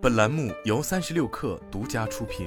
本栏目由36氪独家出品。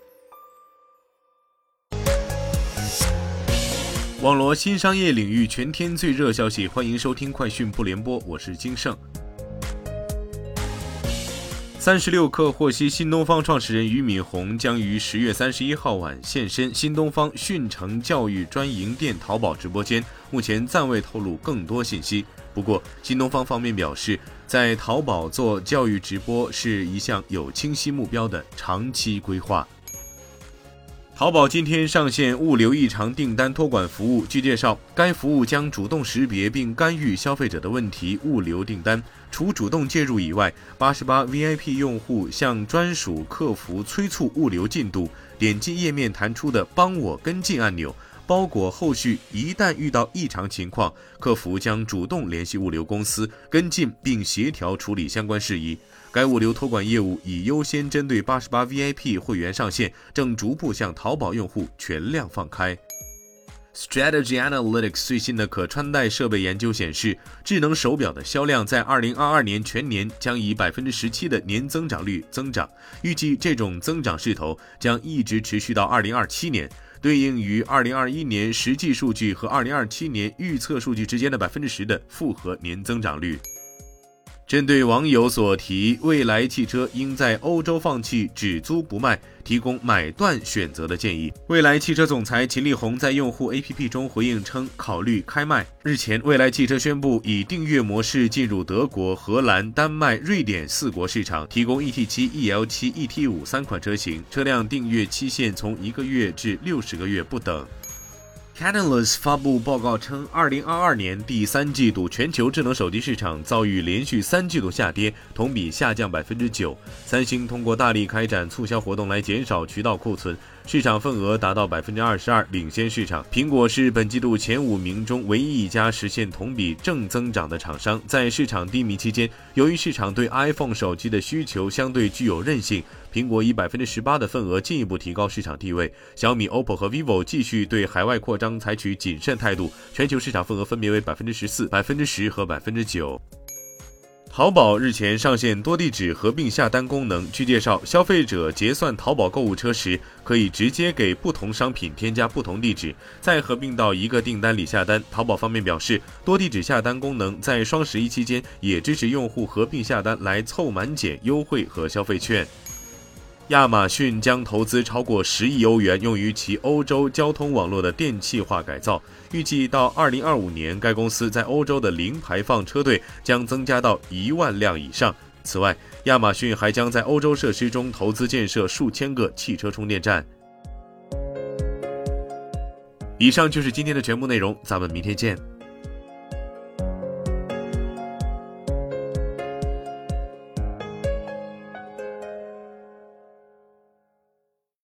网罗新商业领域全天最热消息，欢迎收听快讯不联播，我是金盛。36氪获悉，新东方创始人俞敏洪将于10月31号晚现身新东方讯诚教育专营店淘宝直播间，目前暂未透露更多信息。不过，新东方方面表示，在淘宝做教育直播是一项有清晰目标的长期规划。淘宝今天上线物流异常订单托管服务。据介绍，该服务将主动识别并干预消费者的问题物流订单。除主动介入以外，88 VIP 用户向专属客服催促物流进度，点击页面弹出的帮我跟进按钮，包裹后续一旦遇到异常情况，客服将主动联系物流公司跟进并协调处理相关事宜。该物流托管业务已优先针对88 VIP 会员上线，正逐步向淘宝用户全量放开。Strategy Analytics 最新的可穿戴设备研究显示，智能手表的销量在2022年全年将以 17% 的年增长率增长，预计这种增长势头将一直持续到2027年，对应于2021年实际数据和2027年预测数据之间的 10% 的复合年增长率。针对网友所提蔚来汽车应在欧洲放弃只租不卖，提供买断选择的建议，蔚来汽车总裁秦力红在用户 APP 中回应称考虑开卖。日前，蔚来汽车宣布以订阅模式进入德国、荷兰、丹麦、瑞典4国市场，提供 ET7、EL7、ET5 3款车型，车辆订阅期限从1个月至60个月不等。Canalys 发布报告称，2022年第三季度全球智能手机市场遭遇连续3季度下跌，同比下降 9%。三星通过大力开展促销活动来减少渠道库存，市场份额达到 22%， 领先市场。苹果是本季度前5名中唯一一家实现同比正增长的厂商。在市场低迷期间，由于市场对 iPhone 手机的需求相对具有韧性，苹果以 18% 的份额进一步提高市场地位。小米、OPPO 和 vivo 继续对海外扩张采取谨慎态度，全球市场份额分别为 14%、10% 和 9%。淘宝日前上线多地址合并下单功能。据介绍，消费者结算淘宝购物车时，可以直接给不同商品添加不同地址，再合并到一个订单里下单。淘宝方面表示，多地址下单功能在双11期间也支持用户合并下单来凑满减优惠和消费券。亚马逊将投资超过10亿欧元用于其欧洲交通网络的电气化改造，预计到2025年，该公司在欧洲的零排放车队将增加到1万辆以上。此外，亚马逊还将在欧洲设施中投资建设数千个汽车充电站。以上就是今天的全部内容，咱们明天见。